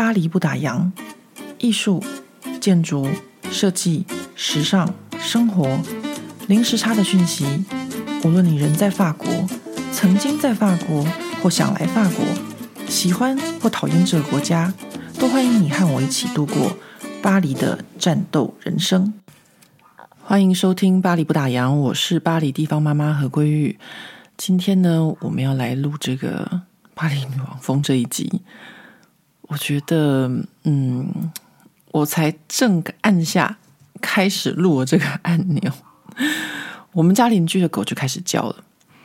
巴黎不打烊，艺术、建筑、设计、时尚、生活，零时差的讯息。无论你人在法国，曾经在法国，或想来法国，喜欢或讨厌这个国家，都欢迎你和我一起度过巴黎的战斗人生。欢迎收听巴黎不打烊，我是巴黎地方妈妈何桂玉。今天呢，我们要来录这个巴黎女王蜂这一集。我觉得我才正按下开始录了这个按钮，我们家邻居的狗就开始叫了。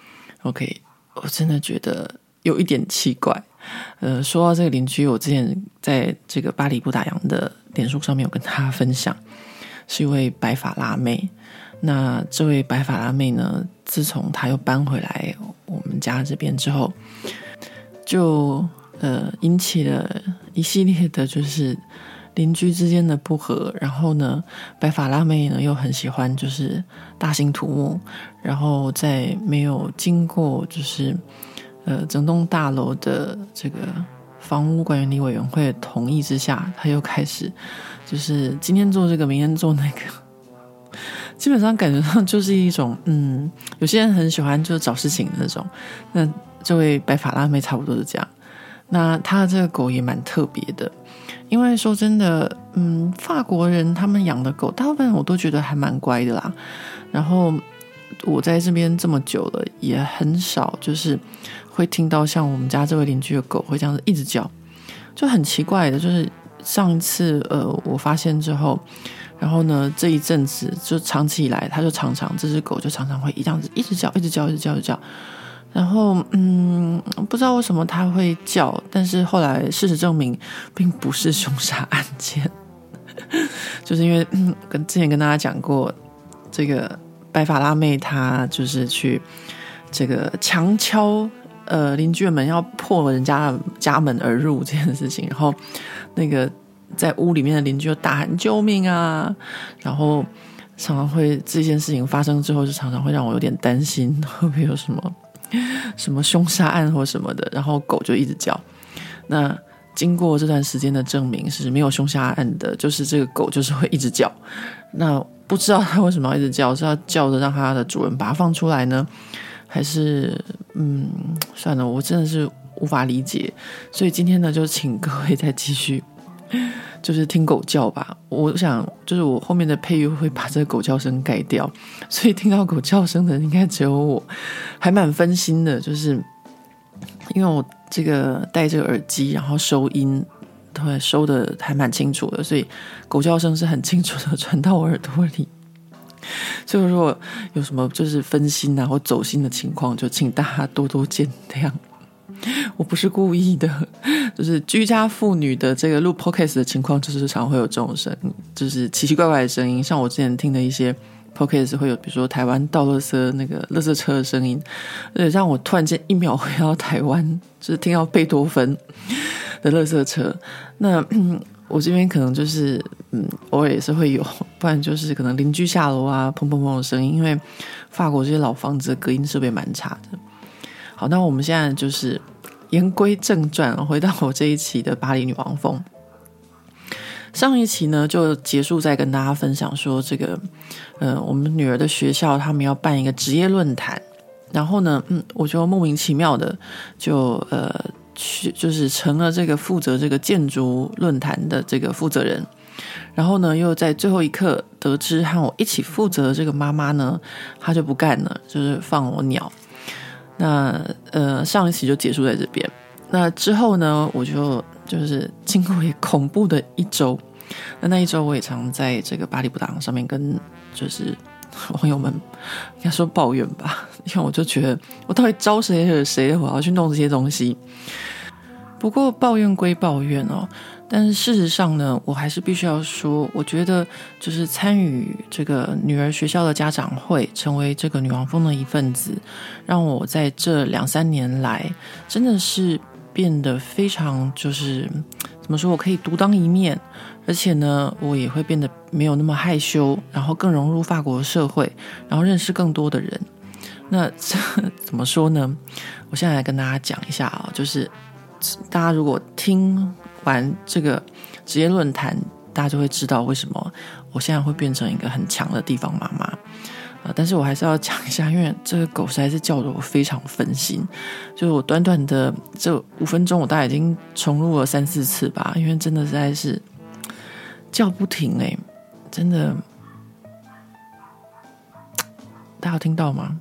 OK， 我真的觉得有一点奇怪。说到这个邻居，我之前在这个巴黎不打烊的脸书上面有跟大家分享，是一位白发辣妹。那这位白发辣妹呢，自从她又搬回来我们家这边之后，就引起了一系列的就是邻居之间的不和。然后呢，白发辣妹呢又很喜欢就是大兴土木，然后在没有经过就是整栋大楼的这个房屋管理委员会的同意之下，他又开始就是今天做这个明天做那个，基本上感觉上就是一种有些人很喜欢就是找事情的那种。那这位白发辣妹差不多是这样。那他的这个狗也蛮特别的，因为说真的法国人他们养的狗大部分我都觉得还蛮乖的啦。然后我在这边这么久了，也很少就是会听到像我们家这位邻居的狗会这样子一直叫，就很奇怪的。就是上一次我发现之后，然后呢这一阵子就长期以来，它就常常这只狗就常常会这样子一直叫一直叫一直叫一直叫。然后不知道为什么它会叫，但是后来事实证明并不是凶杀案件。就是因为之前跟大家讲过，这个白发辣妹她就是去这个强敲邻居的门，要破人家的家门而入这件事情。然后那个在屋里面的邻居就大喊救命啊，然后常常会这件事情发生之后，就常常会让我有点担心会不会有什么凶杀案或什么的。然后狗就一直叫。那经过这段时间的证明是没有凶杀案的，就是这个狗就是会一直叫。那不知道它为什么要一直叫，是要叫着让它的主人把它放出来呢，还是算了，我真的是无法理解。所以今天呢，就请各位再继续就是听狗叫吧。我想就是我后面的配乐会把这个狗叫声改掉，所以听到狗叫声的应该只有我，还蛮分心的。就是因为我这个戴这个耳机，然后收音对收的还蛮清楚的，所以狗叫声是很清楚的传到我耳朵里。所以如果有什么就是分心啊或走心的情况，就请大家多多见谅。我不是故意的，就是居家妇女的这个录 podcast 的情况，就是常会有这种声音，就是奇奇怪怪的声音。像我之前听的一些 podcast 会有，比如说台湾倒垃圾那个垃圾车的声音，让我突然间一秒回到台湾，就是听到贝多芬的垃圾车。那我这边可能就是偶尔也是会有，不然就是可能邻居下楼啊砰砰砰的声音，因为法国这些老房子的隔音设备蛮差的。好，那我们现在就是言归正传，回到我这一期的巴黎女王蜂。上一期呢就结束在跟大家分享说这个我们女儿的学校他们要办一个职业论坛。然后呢我就莫名其妙的就是成了这个负责这个建筑论坛的这个负责人。然后呢又在最后一刻得知和我一起负责的这个妈妈呢，她就不干了，就是放我鸟。那上一期就结束在这边。那之后呢，我就是经过也恐怖的一周。那一周我也常在这个巴黎不打烊上面跟就是网友们应该说抱怨吧，因为我就觉得我到底招谁惹谁，我要去弄这些东西。不过抱怨归抱怨哦，但是事实上呢，我还是必须要说，我觉得就是参与这个女儿学校的家长会，成为这个女王蜂的一份子，让我在这2-3年来真的是变得非常就是怎么说，我可以独当一面。而且呢，我也会变得没有那么害羞，然后更融入法国的社会，然后认识更多的人。那这怎么说呢？我现在来跟大家讲一下啊，就是大家如果听完这个职业论坛，大家就会知道为什么我现在会变成一个很强的地方妈妈。但是我还是要讲一下，因为这个狗实在是叫得我非常分心，就是我短短的这5分钟，我大概已经重录了3-4次吧，因为真的实在是叫不停真的，大家有听到吗？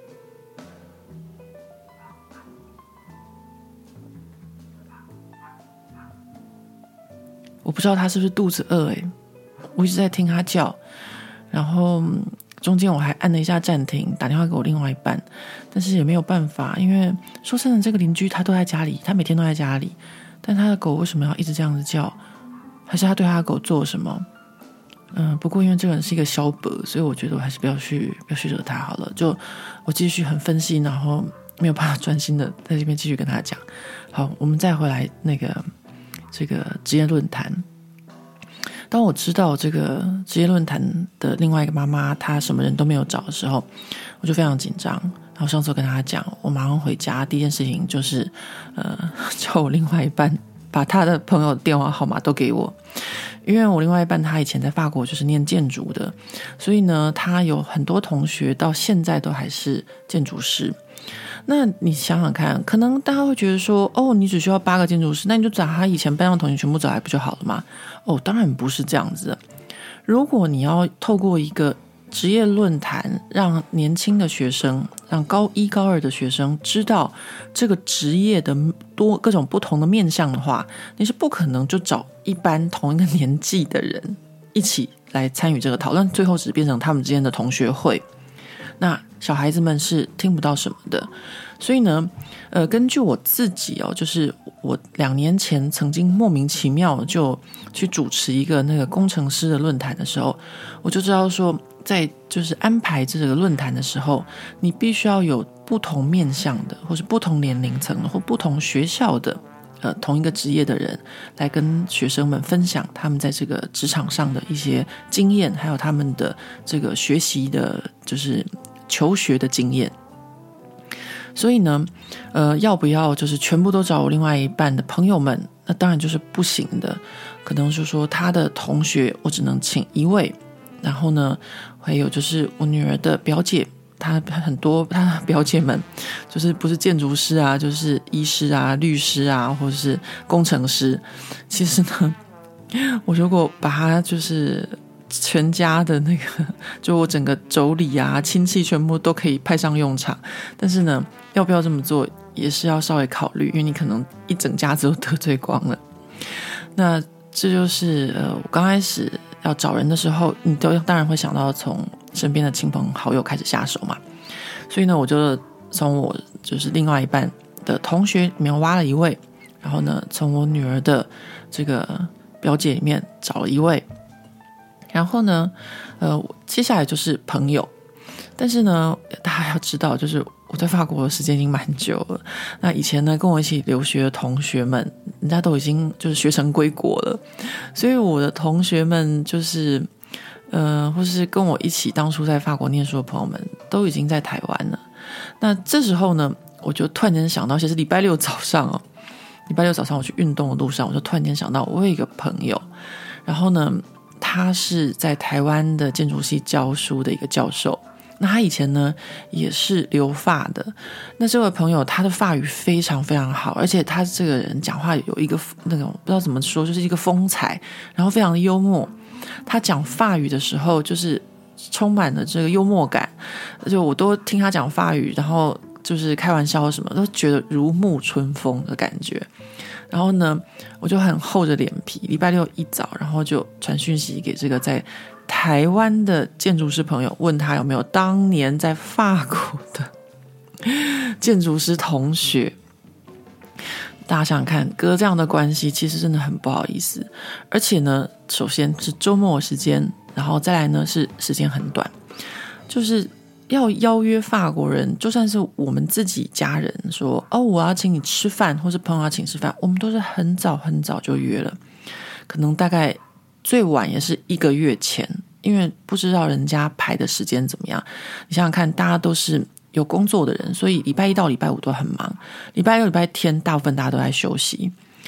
我不知道他是不是肚子饿我一直在听他叫，然后中间我还按了一下暂停，打电话给我另外一半，但是也没有办法，因为说真的，这个邻居他都在家里，他每天都在家里，但他的狗为什么要一直这样子叫？还是他对他的狗做什么？不过因为这个人是一个小伯，所以我觉得我还是不要去惹他好了。就我继续很分析，然后没有办法专心的在这边继续跟他讲。好，我们再回来这个职业论坛。当我知道这个职业论坛的另外一个妈妈她什么人都没有找的时候，我就非常紧张。然后上次我跟她讲，我马上回家第一件事情就是叫我另外一半把他的朋友的电话号码都给我，因为我另外一半他以前在法国就是念建筑的，所以呢他有很多同学到现在都还是建筑师。那你想想看，可能大家会觉得说，你只需要8个建筑师，那你就找他以前班上的同学全部找来不就好了吗？当然不是这样子的。如果你要透过一个职业论坛让年轻的学生，让高1高2的学生知道这个职业的各种不同的面向的话，你是不可能就找一般同一个年纪的人一起来参与这个讨论，最后只变成他们之间的同学会，那小孩子们是听不到什么的。所以呢根据我自己就是我2年前曾经莫名其妙就去主持一个那个工程师的论坛的时候，我就知道说在就是安排这个论坛的时候，你必须要有不同面向的，或是不同年龄层的，或不同学校的同一个职业的人来跟学生们分享他们在这个职场上的一些经验，还有他们的这个学习的就是求学的经验。所以呢要不要就是全部都找我另外一半的朋友们，那当然就是不行的。可能是说他的同学我只能请1位，然后呢还有就是我女儿的表姐，她很多她的表姐们就是不是建筑师啊，就是医师啊、律师啊，或者是工程师。其实呢我如果把她就是全家的那个就我整个妯娌啊亲戚全部都可以派上用场，但是呢要不要这么做也是要稍微考虑，因为你可能一整家子都得罪光了。那这就是我刚开始要找人的时候，你都当然会想到从身边的亲朋好友开始下手嘛。所以呢我就从我就是另外一半的同学里面挖了1位，然后呢从我女儿的这个表姐里面找了1位，然后呢接下来就是朋友。但是呢大家要知道，就是我在法国的时间已经蛮久了，那以前呢跟我一起留学的同学们人家都已经就是学成归国了，所以我的同学们就是或是跟我一起当初在法国念书的朋友们都已经在台湾了。那这时候呢我就突然间想到，而且是礼拜六早上我去运动的路上，我就突然间想到我有一个朋友，然后呢他是在台湾的建筑系教书的一个教授，那他以前呢也是留法的。那这位朋友他的法语非常非常好，而且他这个人讲话有一个那种不知道怎么说，就是一个风采，然后非常的幽默。他讲法语的时候就是充满了这个幽默感，就我都听他讲法语，然后就是开玩笑什么都觉得如沐春风的感觉。然后呢我就很厚着脸皮，礼拜六一早然后就传讯息给这个在台湾的建筑师朋友，问他有没有当年在法国的建筑师同学。大家想想看，哥这样的关系其实真的很不好意思，而且呢首先是周末的时间，然后再来呢是时间很短，就是要邀约法国人，就算是我们自己家人说我要请你吃饭，或是朋友要请吃饭，我们都是很早很早就约了，可能大概最晚也是1个月前，因为不知道人家排的时间怎么样。你想想看，大家都是有工作的人，所以礼拜1到礼拜5都很忙，礼拜6礼拜天大部分大家都在休息。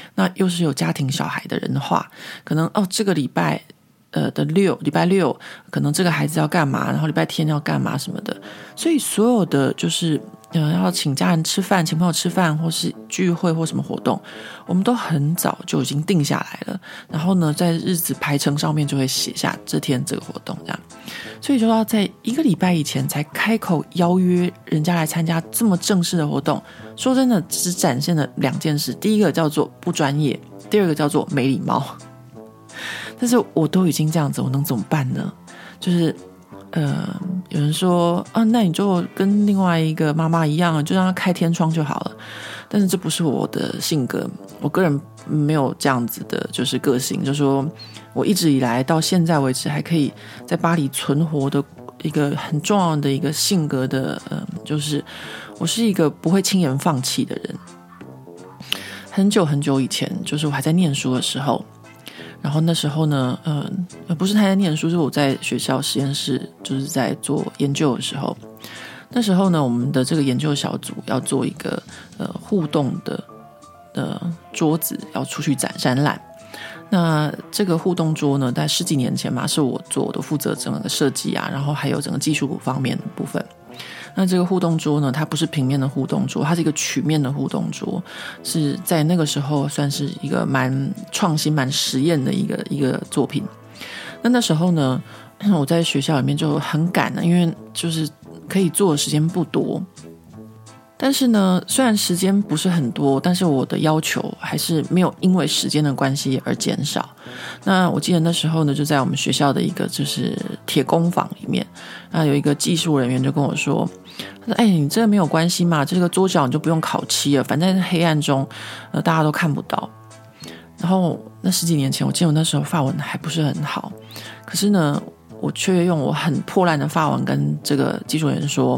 那又是有家庭小孩的人的话，可能这个礼拜礼拜六可能这个孩子要干嘛，然后礼拜天要干嘛什么的，所以所有的就是要请家人吃饭，请朋友吃饭，或是聚会或什么活动，我们都很早就已经定下来了，然后呢在日子排程上面就会写下这天这个活动这样，所以就要在1个礼拜以前才开口邀约人家来参加这么正式的活动。说真的，只展现了2件事，第一个叫做不专业，第二个叫做没礼貌。但是我都已经这样子，我能怎么办呢？就是有人说那你就跟另外一个妈妈一样，就让她开天窗就好了。但是这不是我的性格，我个人没有这样子的就是个性，就是说我一直以来到现在为止还可以在巴黎存活的一个很重要的一个性格的就是我是一个不会轻言放弃的人。很久很久以前，就是我还在念书的时候，然后那时候呢不是还在念书，是我在学校实验室就是在做研究的时候。那时候呢，我们的这个研究小组要做一个互动的桌子，要出去展览。那这个互动桌呢，在10几年前嘛，是我做，我都负责整个设计啊，然后还有整个技术方面的部分。那这个互动桌呢，它不是平面的互动桌，它是一个曲面的互动桌，是在那个时候算是一个蛮创新蛮实验的一个作品。那时候呢，我在学校里面就很赶因为就是可以做的时间不多，但是呢虽然时间不是很多，但是我的要求还是没有因为时间的关系而减少。那我记得那时候呢，就在我们学校的一个就是铁工坊里面，那有一个技术人员就跟我说，他说你这个没有关系嘛，这个桌角你就不用烤漆了，反正在黑暗中大家都看不到。然后那10几年前，我记得我那时候法文还不是很好，可是呢我却用我很破烂的法文跟这个技术人员说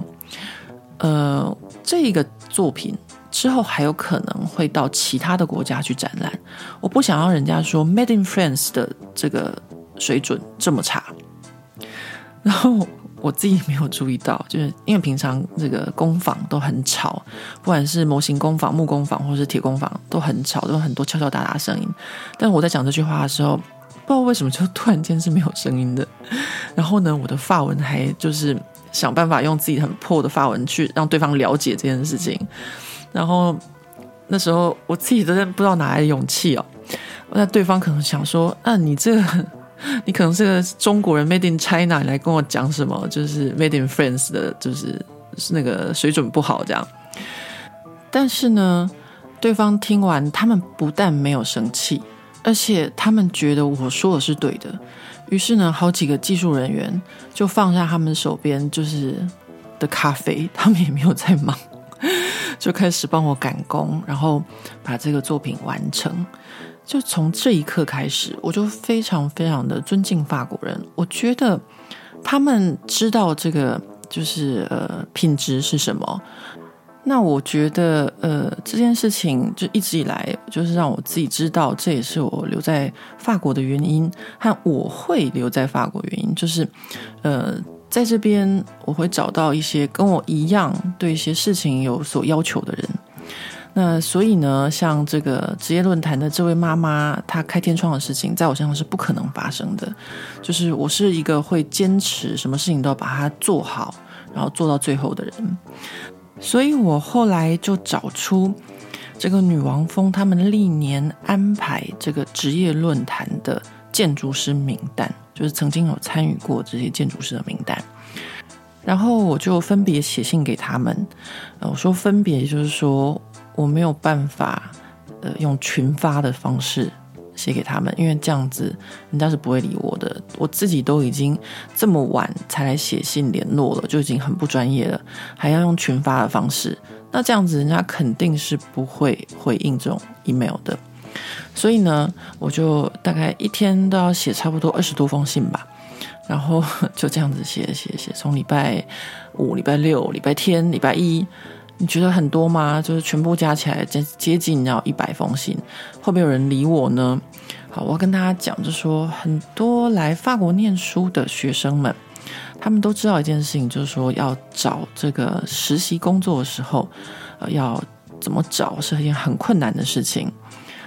这个作品之后还有可能会到其他的国家去展览，我不想要人家说 Made in France 的这个水准这么差。然后我自己没有注意到，就是因为平常这个工坊都很吵，不管是模型工坊、木工坊或是铁工坊都很吵，都有很多敲敲打打声音。但我在讲这句话的时候，不知道为什么就突然间是没有声音的。然后呢，我的法文还就是想办法用自己很破的法文去让对方了解这件事情。然后那时候我自己真的不知道哪来的勇气那对方可能想说你可能是个中国人 Made in China， 你来跟我讲什么就是 Made in France 的就是那个水准不好这样。但是呢对方听完，他们不但没有生气，而且他们觉得我说的是对的。于是呢好几个技术人员就放下他们手边就是的咖啡，他们也没有在忙，就开始帮我赶工，然后把这个作品完成。就从这一刻开始，我就非常非常的尊敬法国人。我觉得他们知道这个就是品质是什么。那我觉得这件事情就一直以来就是让我自己知道，这也是我留在法国的原因，和我会留在法国原因，就是在这边我会找到一些跟我一样对一些事情有所要求的人。那所以呢，像这个职业论坛的这位妈妈，她开天窗的事情在我身上是不可能发生的。就是我是一个会坚持什么事情都要把它做好，然后做到最后的人。所以我后来就找出这个女王蜂他们历年安排这个职业论坛的建筑师名单，就是曾经有参与过这些建筑师的名单。然后我就分别写信给他们，我说分别就是说我没有办法用群发的方式写给他们，因为这样子人家是不会理我的。我自己都已经这么晚才来写信联络了，就已经很不专业了，还要用群发的方式，那这样子人家肯定是不会回应这种 email 的。所以呢我就大概一天都要写差不多20多封信吧，然后就这样子写，从礼拜5、礼拜6、礼拜天、礼拜1，你觉得很多吗？就是全部加起来接近要100封信，会不会有人理我呢？好，我要跟大家讲，就是说很多来法国念书的学生们，他们都知道一件事情，就是说要找这个实习工作的时候要怎么找是一件很困难的事情。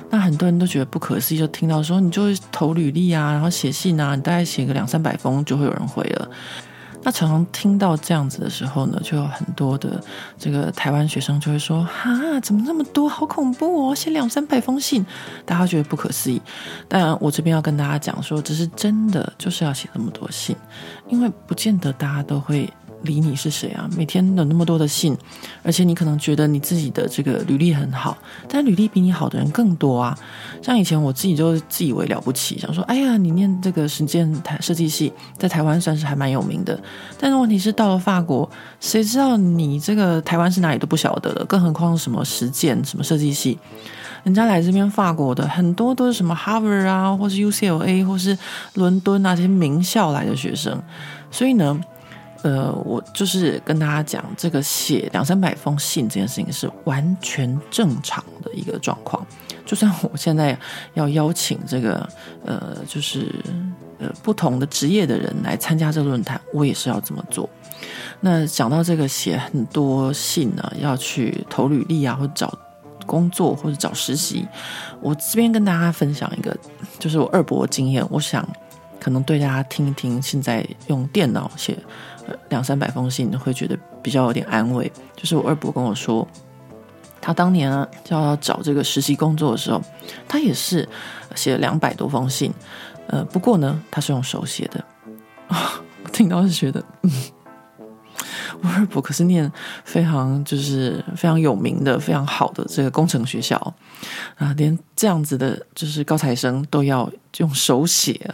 那很多人都觉得不可思议，就听到说你就投履历啊，然后写信啊，你大概写个200-300封就会有人回了。那常常听到这样子的时候呢，就有很多的这个台湾学生就会说哈，怎么那么多，好恐怖哦，写200-300封信，大家觉得不可思议。但我这边要跟大家讲说，这是真的，就是要写这么多信，因为不见得大家都会理你是谁啊，每天有那么多的信，而且你可能觉得你自己的这个履历很好，但履历比你好的人更多啊。像以前我自己就自以为了不起，想说哎呀，你念这个实践设计系在台湾算是还蛮有名的，但是问题是到了法国，谁知道你这个台湾是哪里都不晓得了，更何况什么实践什么设计系。人家来这边法国的很多都是什么 Harvard 啊，或是 UCLA 或是伦敦啊这些名校来的学生，所以呢我就是跟大家讲，这个写200-300封信这件事情是完全正常的一个状况。就算我现在要邀请这个就是不同的职业的人来参加这个论坛，我也是要这么做。那讲到这个写很多信呢，要去投履历啊，或者找工作或者找实习，我这边跟大家分享一个，就是我二伯的经验，我想可能对大家听一听，现在用电脑写200-300封信会觉得比较有点安慰。就是我二伯跟我说，他当年呢就要找这个实习工作的时候，他也是写了200多封信，不过呢他是用手写的。我听到是觉得我二伯可是念非常有名的非常好的这个工程学校啊，连这样子的就是高材生都要用手写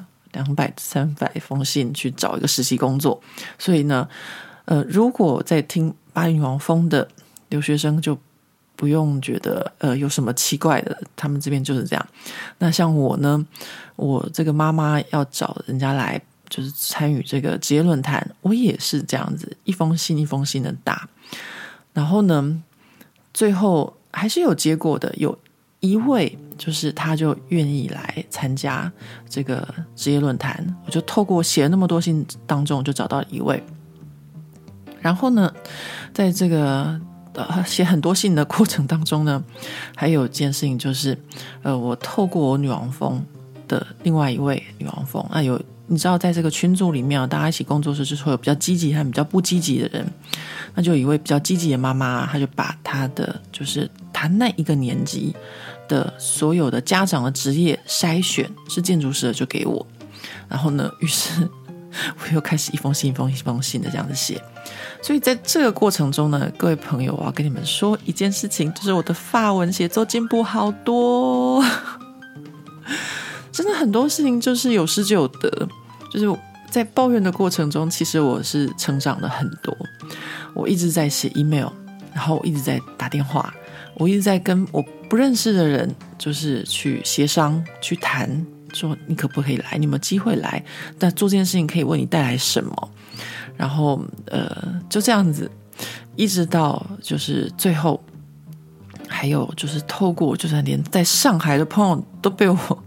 200-300封信去找一个实习工作。所以呢如果在听巴黎女王蜂的留学生就不用觉得有什么奇怪的，他们这边就是这样。那像我呢，我这个妈妈要找人家来就是参与这个职业论坛，我也是这样子，一封信一封信的打。然后呢最后还是有结果的，有一位就是他就愿意来参加这个职业论坛，我就透过写了那么多信当中就找到一位。然后呢在这个写很多信的过程当中呢，还有一件事情就是我透过我女王蜂的另外一位女王蜂，你知道在这个群组里面大家一起工作时就是会有比较积极和比较不积极的人，那就有一位比较积极的妈妈，她就把她的就是她那一个年级的所有的家长的职业筛选是建筑师的就给我。然后呢于是我又开始一封信一封信的这样子写。所以在这个过程中呢，各位朋友，我要跟你们说一件事情，就是我的法文写作进步好多真的很多事情就是有失就有得，就是在抱怨的过程中，其实我是成长了很多。我一直在写 email， 然后我一直在打电话，我一直在跟我不认识的人就是去协商去谈，说你可不可以来，你有没有机会来，但做这件事情可以为你带来什么。然后就这样子一直到就是最后，还有就是透过就是连在上海的朋友都被我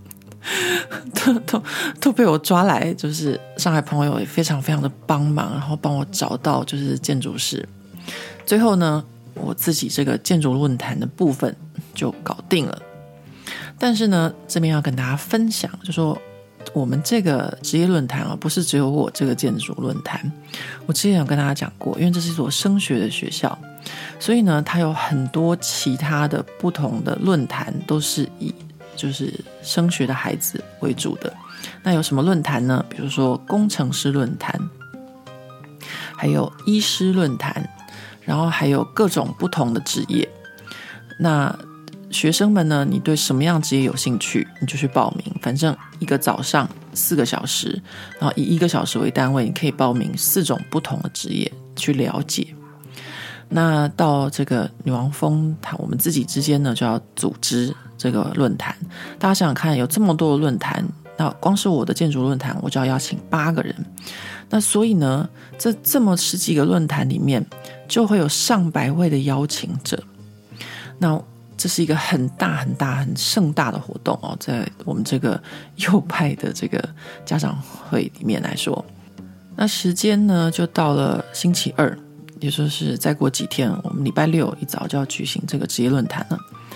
都被我抓来，就是上海朋友也非常非常的帮忙，然后帮我找到就是建筑师。最后呢我自己这个建筑论坛的部分就搞定了。但是呢这边要跟大家分享，就说我们这个职业论坛不是只有我这个建筑论坛。我之前有跟大家讲过，因为这是一所升学的学校，所以呢它有很多其他的不同的论坛都是以就是升学的孩子为主的。那有什么论坛呢？比如说工程师论坛，还有医师论坛，然后还有各种不同的职业。那学生们呢，你对什么样职业有兴趣你就去报名，反正一个早上4个小时，然后以1个小时为单位，你可以报名4种不同的职业去了解。那到这个女王蜂我们自己之间呢就要组织这个论坛。大家想想看，有这么多的论坛，那光是我的建筑论坛我就要邀请8个人，那所以呢这么10几个论坛里面就会有上百位的邀请者。那这是一个很大很大很盛大的活动在我们这个右派的这个家长会里面来说。那时间呢就到了星期二，也就是再过几天我们礼拜6一早就要举行这个职业论坛了。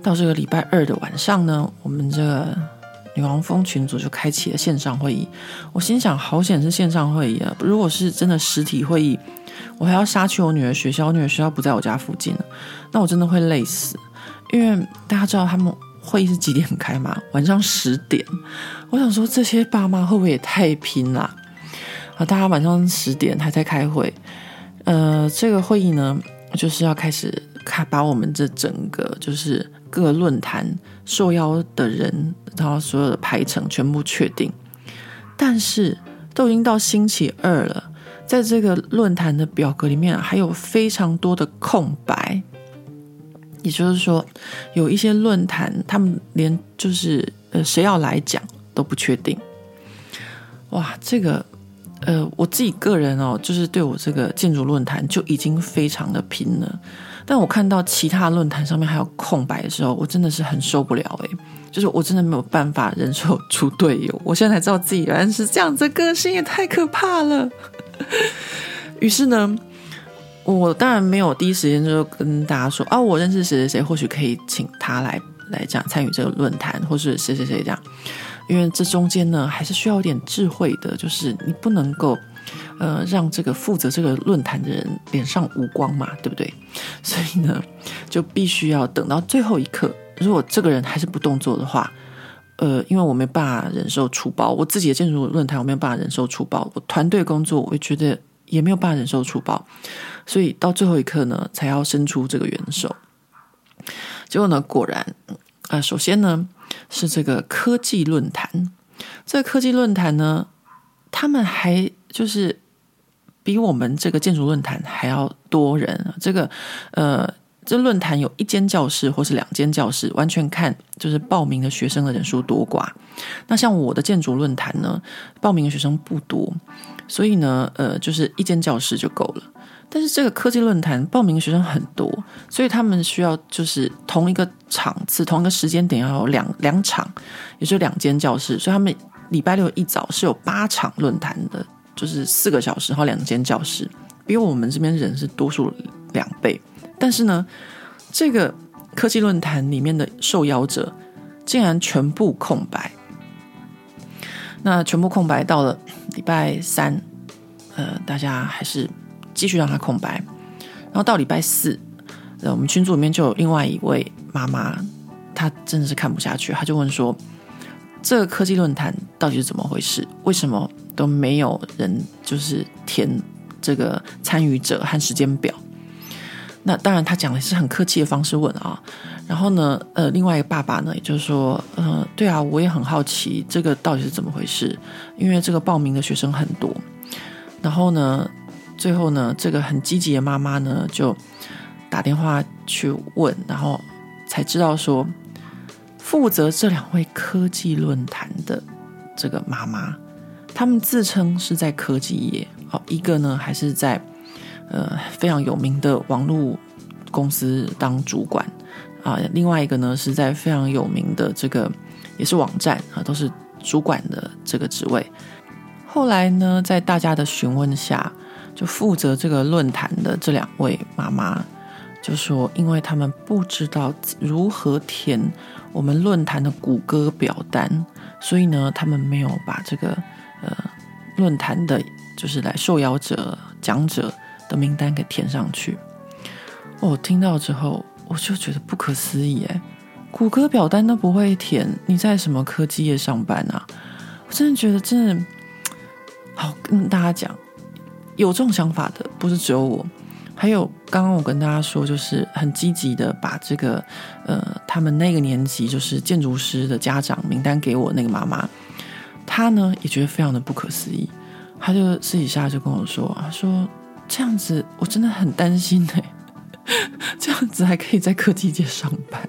到这个礼拜2的晚上呢，我们这个女王蜂群组就开启了线上会议。我心想，好险是线上会议啊！如果是真的实体会议，我还要杀去我女儿学校，我女儿学校不在我家附近，那我真的会累死。因为大家知道他们会议是几点开吗？晚上10点。我想说，这些爸妈会不会也太拼啦？大家晚上10点还在开会。这个会议呢，就是要开始把我们这整个就是各个论坛受邀的人，然后所有的排程全部确定。但是都已经到星期2了，在这个论坛的表格里面还有非常多的空白，也就是说，有一些论坛他们连就是谁要来讲都不确定。哇，这个我自己个人就是对我这个建筑论坛就已经非常的拼了，但我看到其他论坛上面还有空白的时候，我真的是很受不了就是我真的没有办法忍受出队友。我现在才知道自己原来是这样子的个性，也太可怕了。于是呢，我当然没有第一时间就跟大家说我认识谁谁谁，或许可以请他来这样参与这个论坛，或是谁谁谁这样。因为这中间呢还是需要一点智慧的，就是你不能够让这个负责这个论坛的人脸上无光嘛，对不对？所以呢就必须要等到最后一刻，如果这个人还是不动作的话，因为我没办法忍受出包，我自己的建筑论坛我没有办法忍受出包，我团队工作我觉得也没有办法忍受出包，所以到最后一刻呢才要伸出这个援手。结果呢果然首先呢是这个科技论坛。这个科技论坛呢，他们还就是比我们这个建筑论坛还要多人。这论坛有1间教室或是2间教室，完全看就是报名的学生的人数多寡。那像我的建筑论坛呢，报名的学生不多，所以呢就是1间教室就够了。但是这个科技论坛报名的学生很多，所以他们需要就是同一个场次同一个时间点要有两场，也就是2间教室，所以他们礼拜6一早是有8场论坛的，就是4个小时，然后2间教室，比我们这边人是多数2倍。但是呢这个科技论坛里面的受邀者竟然全部空白。那全部空白到了礼拜3大家还是继续让它空白。然后到礼拜4我们群组里面就有另外一位妈妈，她真的是看不下去，她就问说，这个科技论坛到底是怎么回事？为什么都没有人就是填这个参与者和时间表？那当然他讲的是很客气的方式问然后呢另外一个爸爸呢也就是说对啊，我也很好奇这个到底是怎么回事，因为这个报名的学生很多。然后呢最后呢这个很积极的妈妈呢就打电话去问，然后才知道说负责这2位科技论坛的这个妈妈，他们自称是在科技业一个呢还是在非常有名的网络公司当主管另外一个呢是在非常有名的这个也是网站都是主管的这个职位。后来呢在大家的询问下，就负责这个论坛的这2位妈妈就说，因为他们不知道如何填我们论坛的谷歌表单，所以呢他们没有把这个论坛的就是来受邀者讲者的名单给填上去。我听到之后我就觉得不可思议谷歌表单都不会填，你在什么科技业上班啊？我真的觉得真的好跟大家讲，有这种想法的不是只有我，还有刚刚我跟大家说就是很积极的把这个他们那个年级就是建筑师的家长名单给我那个妈妈，她呢也觉得非常的不可思议。她就私底下就跟我说，她说这样子我真的很担心这样子还可以在科技界上班。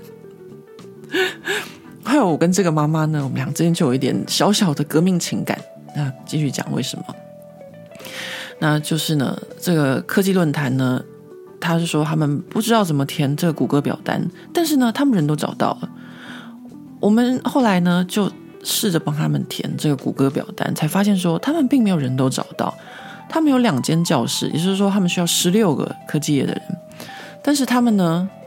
还有我跟这个妈妈呢，我们俩之间就有一点小小的革命情感。那继续讲为什么。那就是呢这个科技论坛呢，他是说他们不知道怎么填这个谷歌表单，但是呢他们人都找到了。我们后来呢就试着帮他们填这个谷歌表单，才发现说他们并没有人都找到。他们有2间教室，也就是说他们需要16个科技业的人，但是他们呢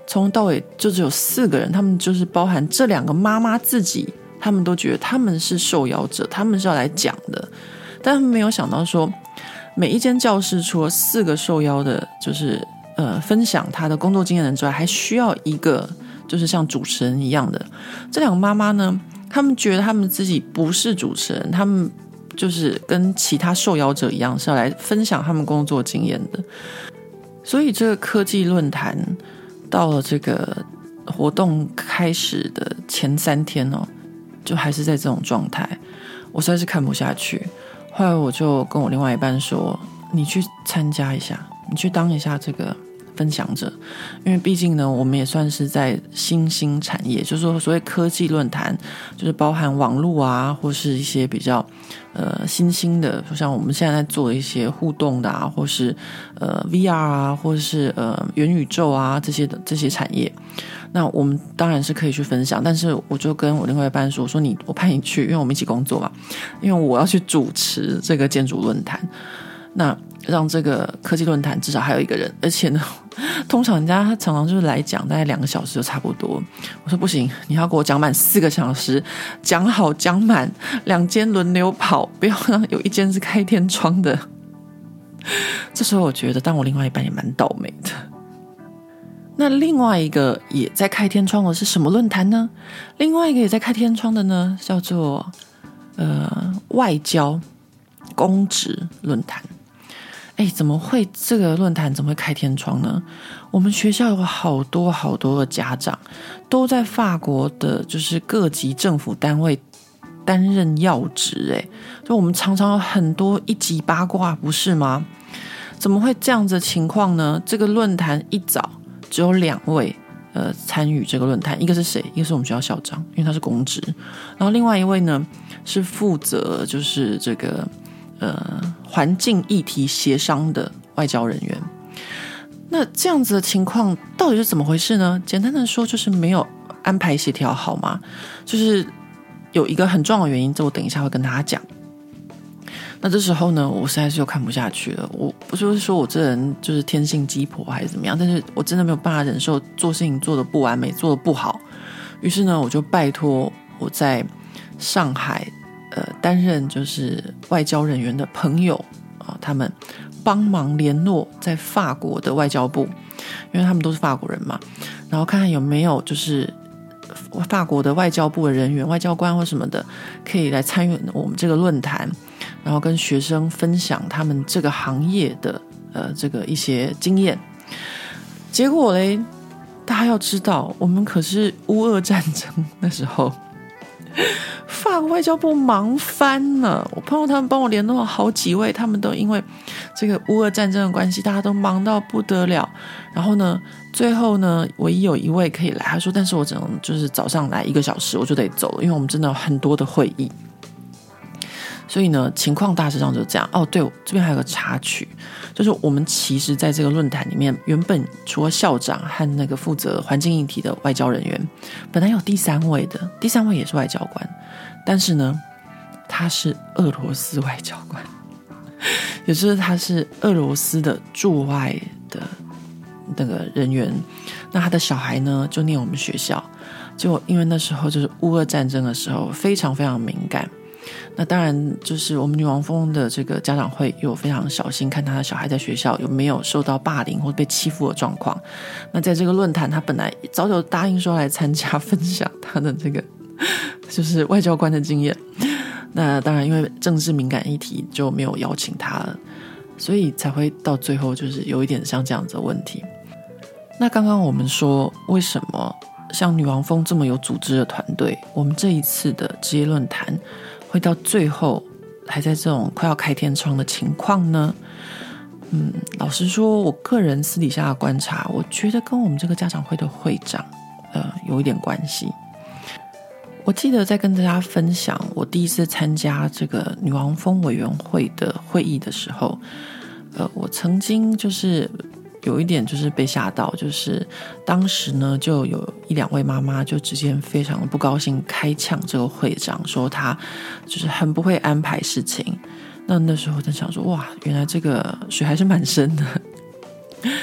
从头到尾就只有4个人，他们就是包含这2个妈妈自己，他们都觉得他们是受邀者，他们是要来讲的，但他们没有想到说，每一间教室除了4个受邀的，就是分享他的工作经验的人之外，还需要一个就是像主持人一样的。这2个妈妈呢，他们觉得他们自己不是主持人，他们就是跟其他受邀者一样，是要来分享他们工作经验的。所以这个科技论坛到了这个活动开始的前3天哦，就还是在这种状态，我实在是看不下去。后来我就跟我另外一半说，你去参加一下，你去当一下这个分享者，因为毕竟呢，我们也算是在新兴产业，就是说所谓科技论坛，就是包含网络啊，或是一些比较新兴的，就像我们现在在做的一些互动的啊，或是VR 啊，或是元宇宙啊这些产业。那我们当然是可以去分享，但是我就跟我另外一半说我派你去，因为我们一起工作嘛，因为我要去主持这个建筑论坛，那让这个科技论坛至少还有一个人，而且呢，通常人家他常常就是来讲大概2个小时就差不多。我说不行，你要给我讲满4个小时，讲好讲满，2间轮流跑，不要让有一间是开天窗的。这时候我觉得，但我另外一半也蛮倒霉的。那另外一个也在开天窗的是什么论坛呢？另外一个也在开天窗的呢，叫做外交公职论坛。怎么会这个论坛怎么会开天窗呢？我们学校有好多好多的家长都在法国的就是各级政府单位担任要职，就我们常常有很多一级八卦，不是吗？怎么会这样子的情况呢？这个论坛一早只有2位参与这个论坛，一个是谁？一个是我们学校校长，因为他是公职，然后另外一位呢是负责就是这个环境议题协商的外交人员。那这样子的情况到底是怎么回事呢？简单的说，就是没有安排协调好嘛，就是有一个很重要的原因，这我等一下会跟大家讲。那这时候呢，我实在是又看不下去了。我不是说我这人就是天性鸡婆还是怎么样，但是我真的没有办法忍受做事情做得不完美，做得不好。于是呢，我就拜托我在上海担任就是外交人员的朋友他们帮忙联络在法国的外交部，因为他们都是法国人嘛，然后看看有没有就是法国的外交部的人员、外交官或什么的，可以来参与我们这个论坛，然后跟学生分享他们这个行业的这个一些经验。结果嘞，大家要知道，我们可是乌俄战争那时候，法国外交部忙翻了。我朋友他们帮我联络了好几位，他们都因为这个乌俄战争的关系，大家都忙到不得了。然后呢，最后呢，唯一有一位可以来，他说，但是我只能就是早上来1个小时，我就得走了，因为我们真的有很多的会议。所以呢，情况大致上就是这样。对，这边还有个插曲，就是我们其实在这个论坛里面，原本除了校长和那个负责环境议题的外交人员，本来有第3位的，第3位也是外交官，但是呢，他是俄罗斯外交官，也就是他是俄罗斯的驻外的那个人员。那他的小孩呢，就念我们学校，结果因为那时候就是乌俄战争的时候，非常非常敏感。那当然就是我们女王蜂的这个家长会有非常小心看他的小孩在学校有没有受到霸凌或被欺负的状况。那在这个论坛，他本来早就答应说来参加分享他的这个就是外交官的经验，那当然因为政治敏感议题就没有邀请他了，所以才会到最后就是有一点像这样子的问题。那刚刚我们说为什么像女王蜂这么有组织的团队，我们这一次的职业论坛会到最后还在这种快要开天窗的情况呢？老实说，我个人私底下的观察，我觉得跟我们这个家长会的会长有一点关系。我记得在跟大家分享我第一次参加这个女王蜂委员会的会议的时候，我曾经就是有一点就是被吓到，就是当时呢就有1-2位妈妈就直接非常不高兴，开呛这个会长，说他就是很不会安排事情。那时候我在想说，哇，原来这个水还是蛮深的。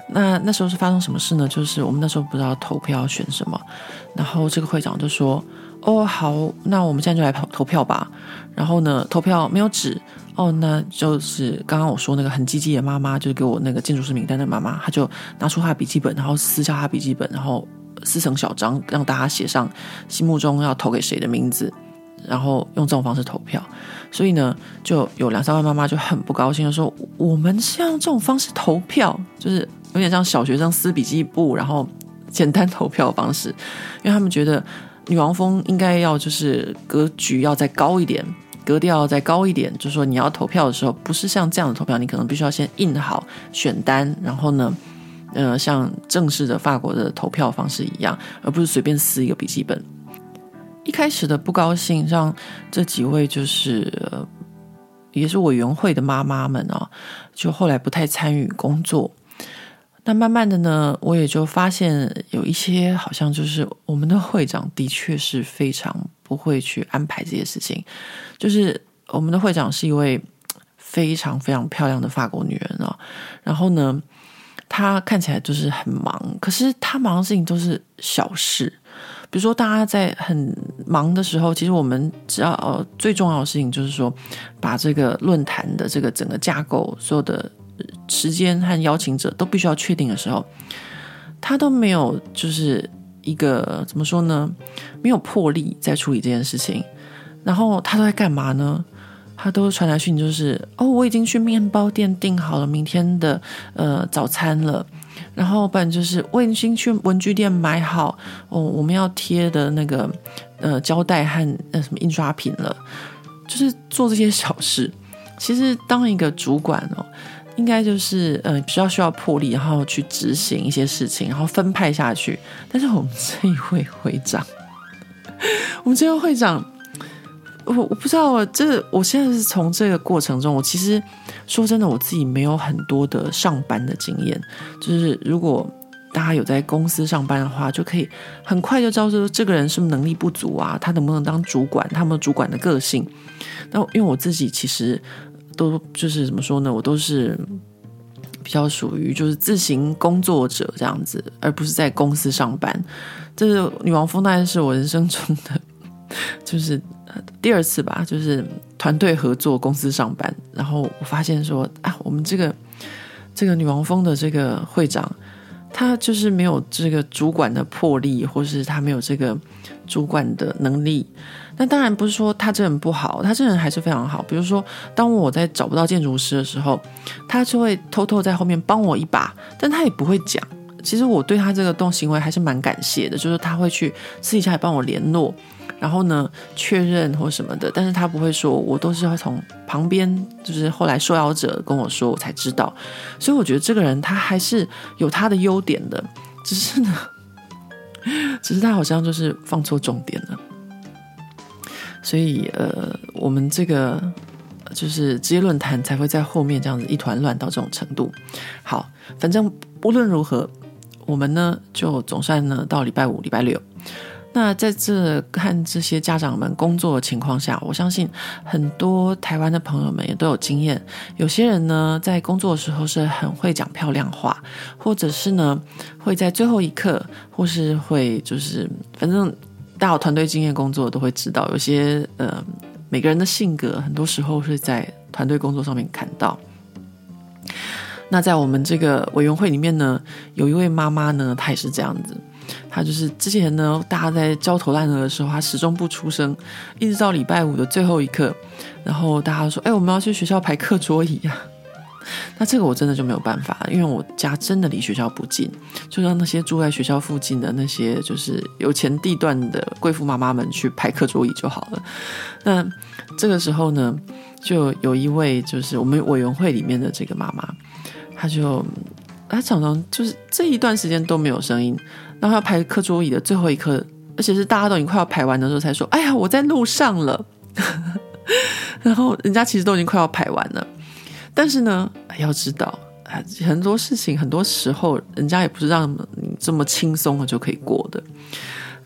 那时候是发生什么事呢？就是我们那时候不知道投票要选什么，然后这个会长就说好，那我们现在就来投票吧。然后呢，投票没有纸那就是刚刚我说那个很积极的妈妈，就是给我那个建筑师名单的妈妈，她就拿出她的笔记本，然后撕下她笔记本，然后撕成小章，让大家写上心目中要投给谁的名字，然后用这种方式投票。所以呢，就有2-3位妈妈就很不高兴的说，我们是要用这种方式投票，就是有点像小学生撕笔记簿然后简单投票的方式，因为他们觉得女王蜂应该要就是格局要再高一点，格调要再高一点，就是说你要投票的时候不是像这样的投票，你可能必须要先印好选单，然后呢像正式的法国的投票方式一样，而不是随便撕一个笔记本。一开始的不高兴让这几位就是也是委员会的妈妈们就后来不太参与工作。那慢慢的呢，我也就发现有一些好像就是我们的会长的确是非常不会去安排这些事情。就是我们的会长是一位非常非常漂亮的法国女人然后呢她看起来就是很忙，可是她忙的事情都是小事。比如说大家在很忙的时候，其实我们只要最重要的事情就是说把这个论坛的这个整个架构所有的时间和邀请者都必须要确定的时候，他都没有就是一个怎么说呢，没有魄力在处理这件事情。然后他都在干嘛呢？他都传来讯就是我已经去面包店订好了明天的早餐了，然后不然就是我已经去文具店买好我们要贴的那个胶带和什么印刷品了，就是做这些小事。其实当一个主管应该就是比较需要魄力，然后去执行一些事情，然后分派下去。但是我们这一位会长我不知道我现在是从这个过程中，我其实说真的我自己没有很多的上班的经验，就是如果大家有在公司上班的话，就可以很快就知道说这个人是不是能力不足他能不能当主管，他们主管的个性。那因为我自己其实都就是怎么说呢，我都是比较属于就是自行工作者这样子，而不是在公司上班。这是女王蜂大概是我人生中的就是第2次吧，就是团队合作公司上班。然后我发现说我们这个女王蜂的这个会长，他就是没有这个主管的魄力，或是他没有这个主管的能力。那当然不是说他这人不好，他这人还是非常好。比如说当我在找不到建筑师的时候，他就会偷偷在后面帮我一把，但他也不会讲。其实我对他这个动行为还是蛮感谢的，就是他会去私底下也帮我联络，然后呢确认或什么的，但是他不会说，我都是会从旁边就是后来受邀者跟我说我才知道。所以我觉得这个人他还是有他的优点的，只是他好像就是放错重点了。所以我们这个就是职业论坛才会在后面这样子一团乱到这种程度。好，反正不论如何，我们呢就总算呢到礼拜5、礼拜6。那在这看这些家长们工作的情况下，我相信很多台湾的朋友们也都有经验。有些人呢在工作的时候是很会讲漂亮话，或者是呢会在最后一刻，或是会就是反正大家有团队经验工作都会知道，有些每个人的性格很多时候是在团队工作上面看到。那在我们这个委员会里面呢，有一位妈妈呢，她也是这样子。她就是之前呢，大家在焦头烂额的时候，她始终不出声，一直到礼拜5的最后一刻，然后大家说：“我们要去学校排课桌椅啊。”那这个我真的就没有办法，因为我家真的离学校不近，就让那些住在学校附近的那些就是有钱地段的贵妇妈妈们去排课桌椅就好了。那这个时候呢，就有一位就是我们委员会里面的这个妈妈，她常常就是这一段时间都没有声音，然后要排课桌椅的最后一刻，而且是大家都已经快要排完的时候才说：“哎呀，我在路上了。”然后人家其实都已经快要排完了。但是呢，要知道很多事情很多时候人家也不是让你这么轻松的就可以过的。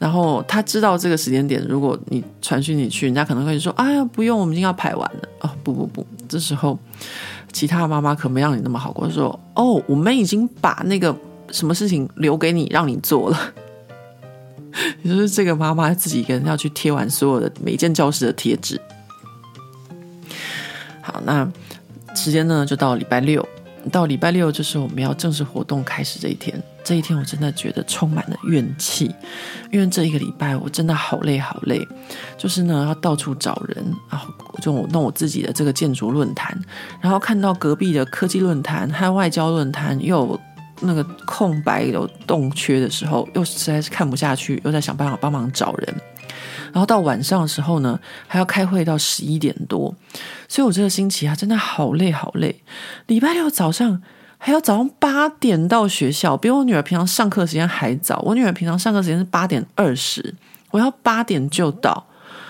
然后他知道这个时间点，如果你传讯你去，人家可能会说哎呀不用，我们已经要排完了。哦不，这时候其他的妈妈可没让你那么好过，说哦我们已经把那个什么事情留给你让你做了。也就是这个妈妈自己一个人要去贴完所有的每一间教室的贴纸。好，那时间呢就到礼拜六，到礼拜六就是我们要正式活动开始这一天。这一天我真的觉得充满了怨气，因为这一个礼拜我真的好累，就是呢要到处找人，然后就我弄我自己的这个建筑论坛，然后看到隔壁的科技论坛和外交论坛又有那个空白有洞缺的时候，又实在是看不下去，又在想办法帮忙找人。然后到晚上的时候呢，还要开会到11点多，所以我这个星期真的好累。礼拜六早上还要早上8点到学校，比我女儿平常上课时间还早。我女儿平常上课时间是8点20，我要8点就到。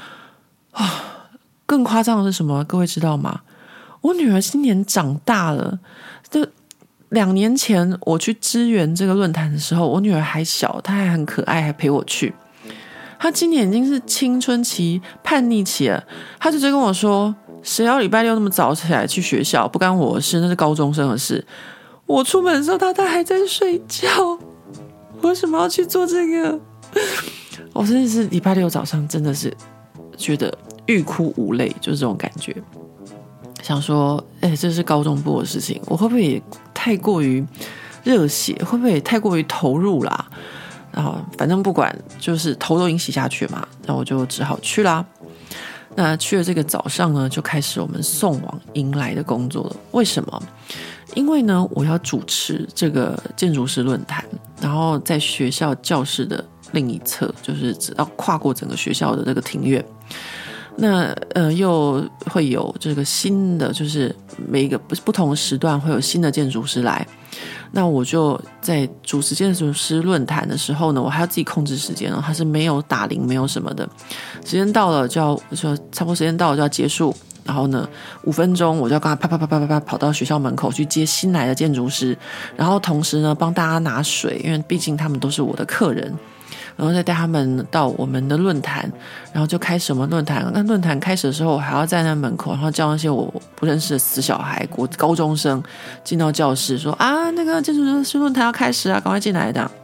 更夸张的是什么？各位知道吗？我女儿今年长大了，就2年前我去支援这个论坛的时候，我女儿还小，她还很可爱，还陪我去。她今年已经是青春期叛逆期了，她就直接跟我说，谁要礼拜六那么早起来去学校，不干我的事，那是高中生的事。我出门的时候她还在睡觉，我为什么要去做这个？我真的是礼拜六早上真的是觉得欲哭无泪，就是这种感觉。想说这是高中部的事情，我会不会也太过于热血，会不会也太过于投入啦？然后反正不管，就是头都已经洗下去嘛，那我就只好去啦。那去了这个早上呢，就开始我们送往迎来的工作了。为什么？因为呢，我要主持这个建筑师论坛，然后在学校教室的另一侧，就是只要跨过整个学校的这个庭院。那又会有这个新的，就是每一个不同的时段会有新的建筑师来。那我就在主持建筑师论坛的时候呢，我还要自己控制时间哦，它是没有打铃，没有什么的。时间到了就差不多时间到了就要结束，然后呢5分钟我就要跟他啪跑到学校门口去接新来的建筑师，然后同时呢帮大家拿水，因为毕竟他们都是我的客人。然后再带他们到我们的论坛，然后就开始我们论坛。那论坛开始的时候，我还要站在门口，然后叫那些我不认识的死小孩、高中生进到教室，说那个建筑师论坛要开始啊，赶快进来的。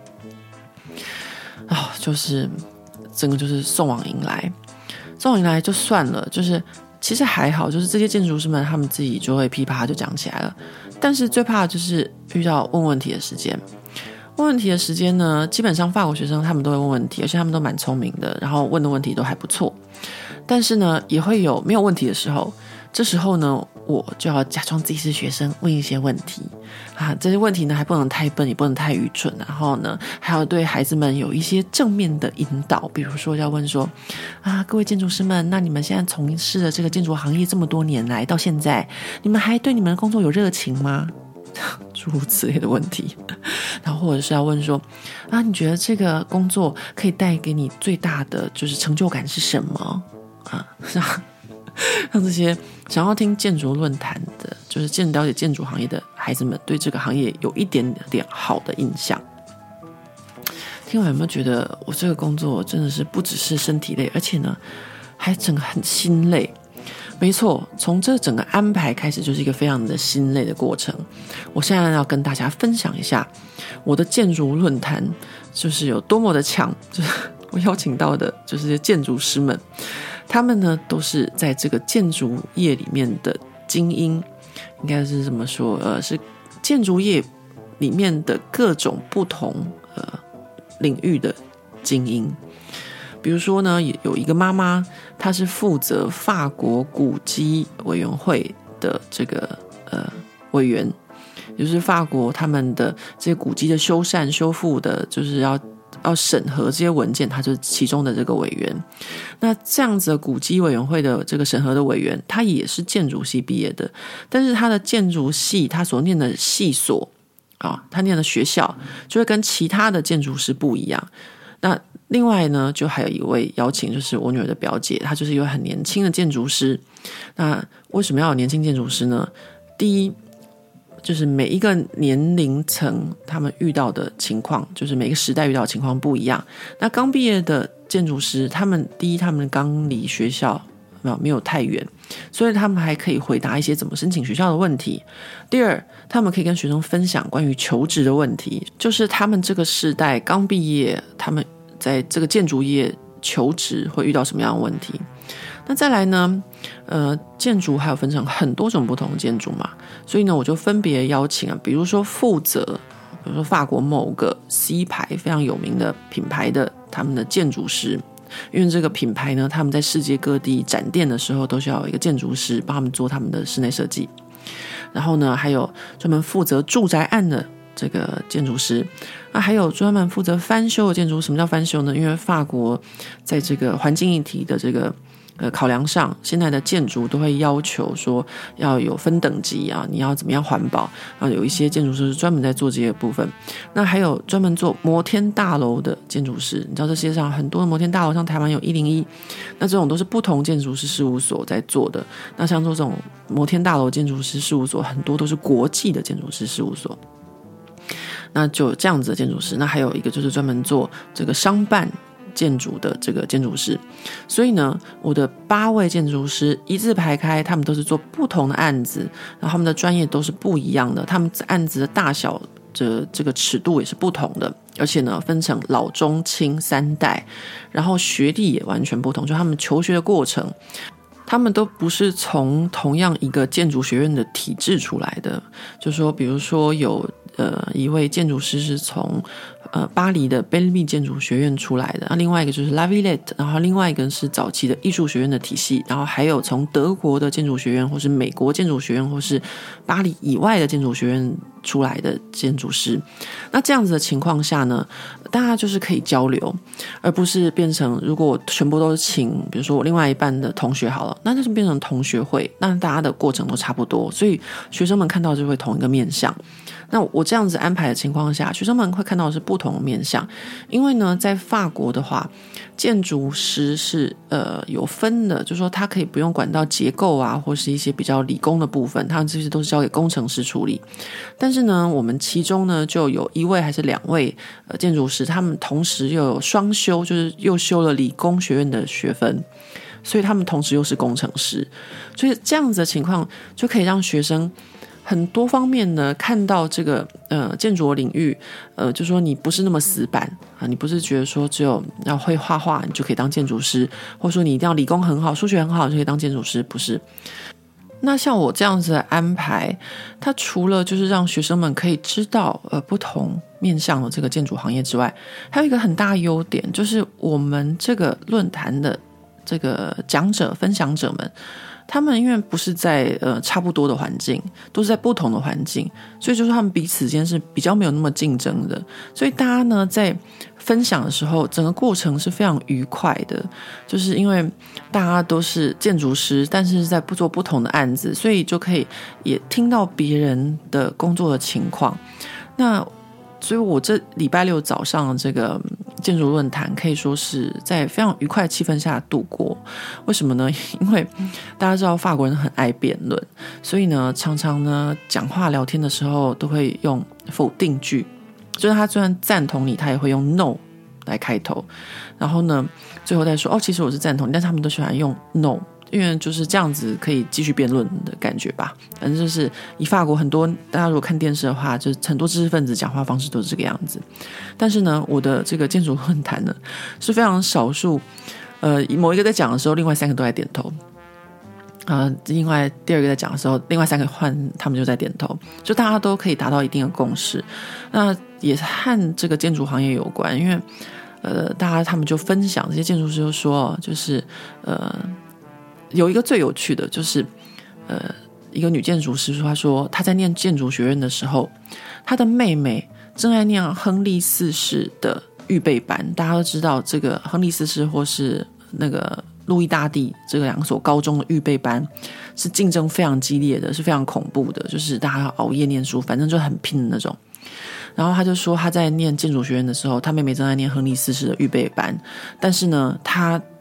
就是整个就是送往迎来就算了，就是其实还好，就是这些建筑师们他们自己就会噼啪就讲起来了。但是最怕的就是遇到问问题的时间。问问题的时间呢，基本上法国学生他们都会问问题，而且他们都蛮聪明的，然后问的问题都还不错。但是呢，也会有没有问题的时候，这时候呢，我就要假装自己是学生，问一些问题这些问题呢还不能太笨，也不能太愚蠢，然后呢还要对孩子们有一些正面的引导，比如说要问说各位建筑师们，那你们现在从事的这个建筑行业这么多年来到现在，你们还对你们的工作有热情吗？诸如此类的问题。然后或者是要问说你觉得这个工作可以带给你最大的就是成就感是什么让这些想要听建筑论坛的，就是了解建筑行业的孩子们对这个行业有一点点好的印象。听完有没有觉得我这个工作真的是不只是身体累，而且呢还整个很心累？没错，从这整个安排开始就是一个非常的心累的过程。我现在要跟大家分享一下我的建筑论坛就是有多么的强，就是我邀请到的就是建筑师们，他们呢都是在这个建筑业里面的精英，应该是这么说，是建筑业里面的各种不同领域的精英。比如说呢，有一个妈妈，她是负责法国古迹委员会的这个委员，也就是法国他们的这些古迹的修缮修复的，就是要审核这些文件，他就是其中的这个委员。那这样子的古迹委员会的这个审核的委员，他也是建筑系毕业的，但是他的建筑系他所念的系所他念的学校就会跟其他的建筑师不一样。那另外呢，就还有一位邀请，就是我女儿的表姐，她就是一位很年轻的建筑师。那为什么要有年轻建筑师呢？第一， 就是每一个年龄层他们遇到的情况，就是每个时代遇到的情况不一样。那刚毕业的建筑师，他们第一，他们刚离学校没有太远，所以他们还可以回答一些怎么申请学校的问题。第二，他们可以跟学生分享关于求职的问题，就是他们这个世代刚毕业，他们在这个建筑业求职会遇到什么样的问题。那再来呢，建筑还有分成很多种不同的建筑嘛，所以呢，我就分别邀请比如说比如说法国某个 C 牌非常有名的品牌的他们的建筑师，因为这个品牌呢，他们在世界各地展店的时候都需要有一个建筑师帮他们做他们的室内设计。然后呢，还有专门负责住宅案的这个建筑师，那还有专门负责翻修的建筑。什么叫翻修呢？因为法国在这个环境议题的这个考量上，现在的建筑都会要求说要有分等级你要怎么样环保，然后有一些建筑师是专门在做这些部分。那还有专门做摩天大楼的建筑师，你知道这世界上很多的摩天大楼，像台湾有101，那这种都是不同建筑师事务所在做的。那像做这种摩天大楼建筑师事务所，很多都是国际的建筑师事务所。那就有这样子的建筑师。那还有一个就是专门做这个商办建筑的这个建筑师。所以呢，我的8位建筑师一字排开，他们都是做不同的案子，然后他们的专业都是不一样的，他们案子的大小这个尺度也是不同的，而且呢分成老中青3代，然后学历也完全不同，就他们求学的过程他们都不是从同样一个建筑学院的体制出来的。就说比如说有一位建筑师是从巴黎的贝利密建筑学院出来的，另外一个就是 La Villette， 然后另外一个是早期的艺术学院的体系，然后还有从德国的建筑学院或是美国建筑学院或是巴黎以外的建筑学院出来的建筑师。那这样子的情况下呢，大家就是可以交流，而不是变成如果我全部都是请比如说我另外一半的同学好了，那就是变成同学会，那大家的过程都差不多，所以学生们看到就会同一个面向。那我这样子安排的情况下，学生们会看到的是不同的面向。因为呢，在法国的话，建筑师是有分的，就是说他可以不用管到结构或是一些比较理工的部分，他们这些都是交给工程师处理。但是呢，我们其中呢就有1位还是2位建筑师，他们同时又有双修，就是又修了理工学院的学分，所以他们同时又是工程师。所以这样子的情况就可以让学生很多方面呢看到这个建筑的领域，就说你不是那么死板你不是觉得说只有要会画画你就可以当建筑师，或者说你一定要理工很好数学很好就可以当建筑师，不是。那像我这样子的安排，它除了就是让学生们可以知道不同面向的这个建筑行业之外，还有一个很大的优点，就是我们这个论坛的这个讲者分享者们，他们因为不是在差不多的环境，都是在不同的环境，所以就是他们彼此间是比较没有那么竞争的，所以大家呢在分享的时候整个过程是非常愉快的，就是因为大家都是建筑师，但是在做不同的案子，所以就可以也听到别人的工作的情况。那所以我这礼拜6早上的这个建筑论坛可以说是在非常愉快的气氛下度过。为什么呢？因为大家知道法国人很爱辩论，所以呢常常呢讲话聊天的时候都会用否定句，就是他虽然赞同你，他也会用 no 来开头，然后呢最后再说其实我是赞同你，但是他们都喜欢用 no，因为就是这样子可以继续辩论的感觉吧。反正就是以法国很多大家如果看电视的话，就是很多知识分子讲话方式都是这个样子。但是呢我的这个建筑论坛呢是非常少数某一个在讲的时候另外3个都在点头另外第2个在讲的时候另外3个换他们就在点头，就大家都可以达到一定的共识。那也和这个建筑行业有关，因为大家他们就分享，这些建筑师就说就是有一个最有趣的就是一个女建筑师说，她说她在念建筑学院的时候，她的妹妹正在念亨利4世的预备班。大家都知道这个亨利4世或是那个路易大帝这2所高中的预备班是竞争非常激烈的，是非常恐怖的，就是大家要熬夜念书，反正就很拼的那种。然后他就说他在念建筑学院的时候，他妹妹正在念亨利4世的预备班，但是呢他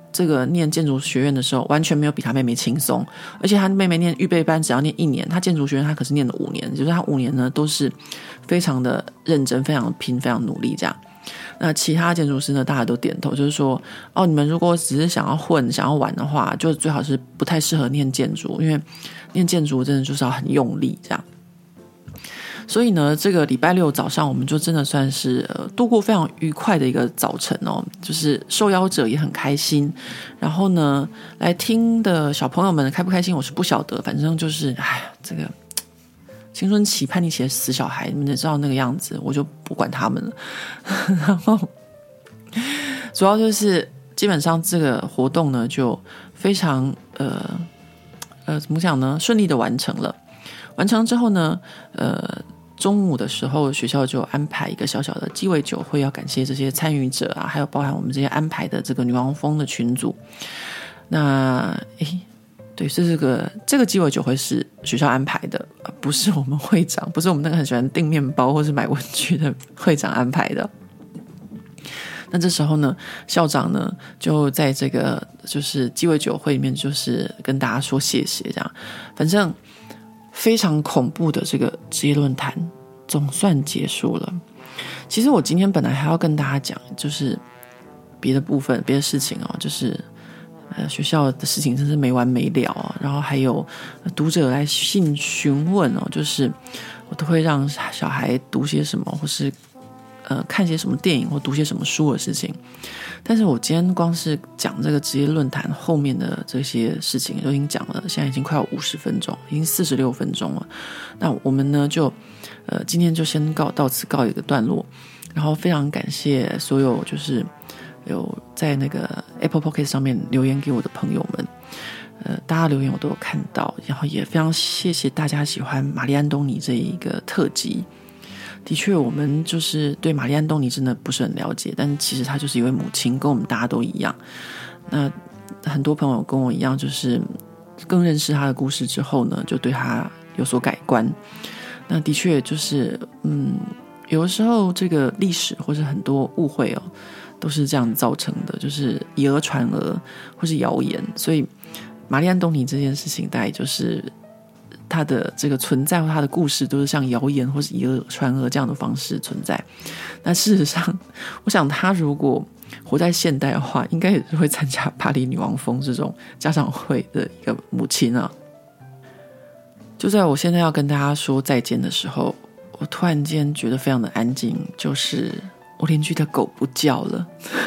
这个念建筑学院的时候完全没有比他妹妹轻松，而且他妹妹念预备班只要念1年，他建筑学院他可是念了5年，就是他5年呢都是非常的认真，非常的拼，非常努力这样。那其他建筑师呢大家都点头，就是说你们如果只是想要混想要玩的话，就最好是不太适合念建筑，因为念建筑真的就是要很用力这样。所以呢，这个礼拜6早上我们就真的算是度过非常愉快的一个早晨哦，就是受邀者也很开心，然后呢来听的小朋友们开不开心我是不晓得，反正就是这个青春期叛逆期的死小孩，你们也知道那个样子，我就不管他们了。然后主要就是基本上这个活动呢就非常怎么讲呢，顺利的完成了。完成之后呢中午的时候学校就安排一个小小的鸡尾酒会，要感谢这些参与者啊，还有包含我们这些安排的这个女王蜂的群组。那对，是这个鸡尾酒会是学校安排的，不是我们会长，不是我们那个很喜欢订面包或是买文具的会长安排的。那这时候呢，校长呢就在这个就是鸡尾酒会里面，就是跟大家说谢谢这样。反正非常恐怖的这个职业论坛总算结束了。其实我今天本来还要跟大家讲就是别的部分别的事情就是学校的事情真是没完没了然后还有读者来信询问就是我都会让小孩读些什么，或是看些什么电影或读些什么书的事情。但是我今天光是讲这个职业论坛后面的这些事情都已经讲了，现在已经快要50分钟，已经46分钟了。那我们呢就今天就先到此告一个段落，然后非常感谢所有就是有在那个 Apple Podcast 上面留言给我的朋友们，大家留言我都有看到，然后也非常谢谢大家喜欢玛丽安东尼这一个特辑。的确我们就是对玛丽安东尼真的不是很了解，但其实她就是一位母亲，跟我们大家都一样。那很多朋友跟我一样，就是更认识她的故事之后呢，就对她有所改观。那的确就是有的时候这个历史或是很多误会都是这样造成的，就是以讹传讹或是谣言。所以玛丽安东尼这件事情大概就是他的这个存在或他的故事都是像谣言或是以讹传讹这样的方式存在。那事实上我想他如果活在现代的话，应该也是会参加巴黎女王蜂这种家长会的一个母亲啊。就在我现在要跟大家说再见的时候，我突然间觉得非常的安静，就是我邻居的狗不叫了。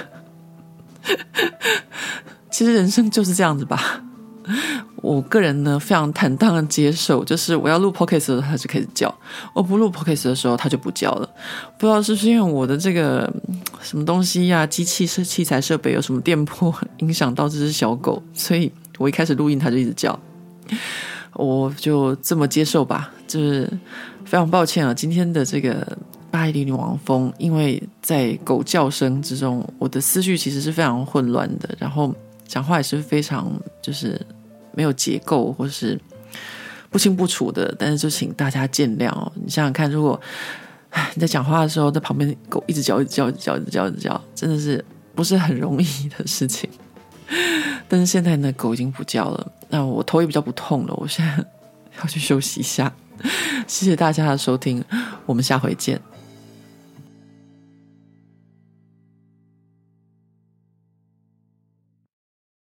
其实人生就是这样子吧，我个人呢非常坦荡的接受，就是我要录 podcast 的时候它就开始叫，我不录 podcast 的时候它就不叫了。不知道是不是因为我的这个什么东西呀，机器器材设备有什么电波影响到这只小狗，所以我一开始录音它就一直叫，我就这么接受吧。就是非常抱歉今天的这个巴黎女王蜂，因为在狗叫声之中，我的思绪其实是非常混乱的，然后讲话也是非常就是没有结构或是不清不楚的，但是就请大家见谅你想想看，如果你在讲话的时候在旁边狗一直叫一直叫一直叫一直叫一直叫，真的是不是很容易的事情。但是现在呢狗已经不叫了，那我头也比较不痛了，我现在要去休息一下。谢谢大家的收听，我们下回见。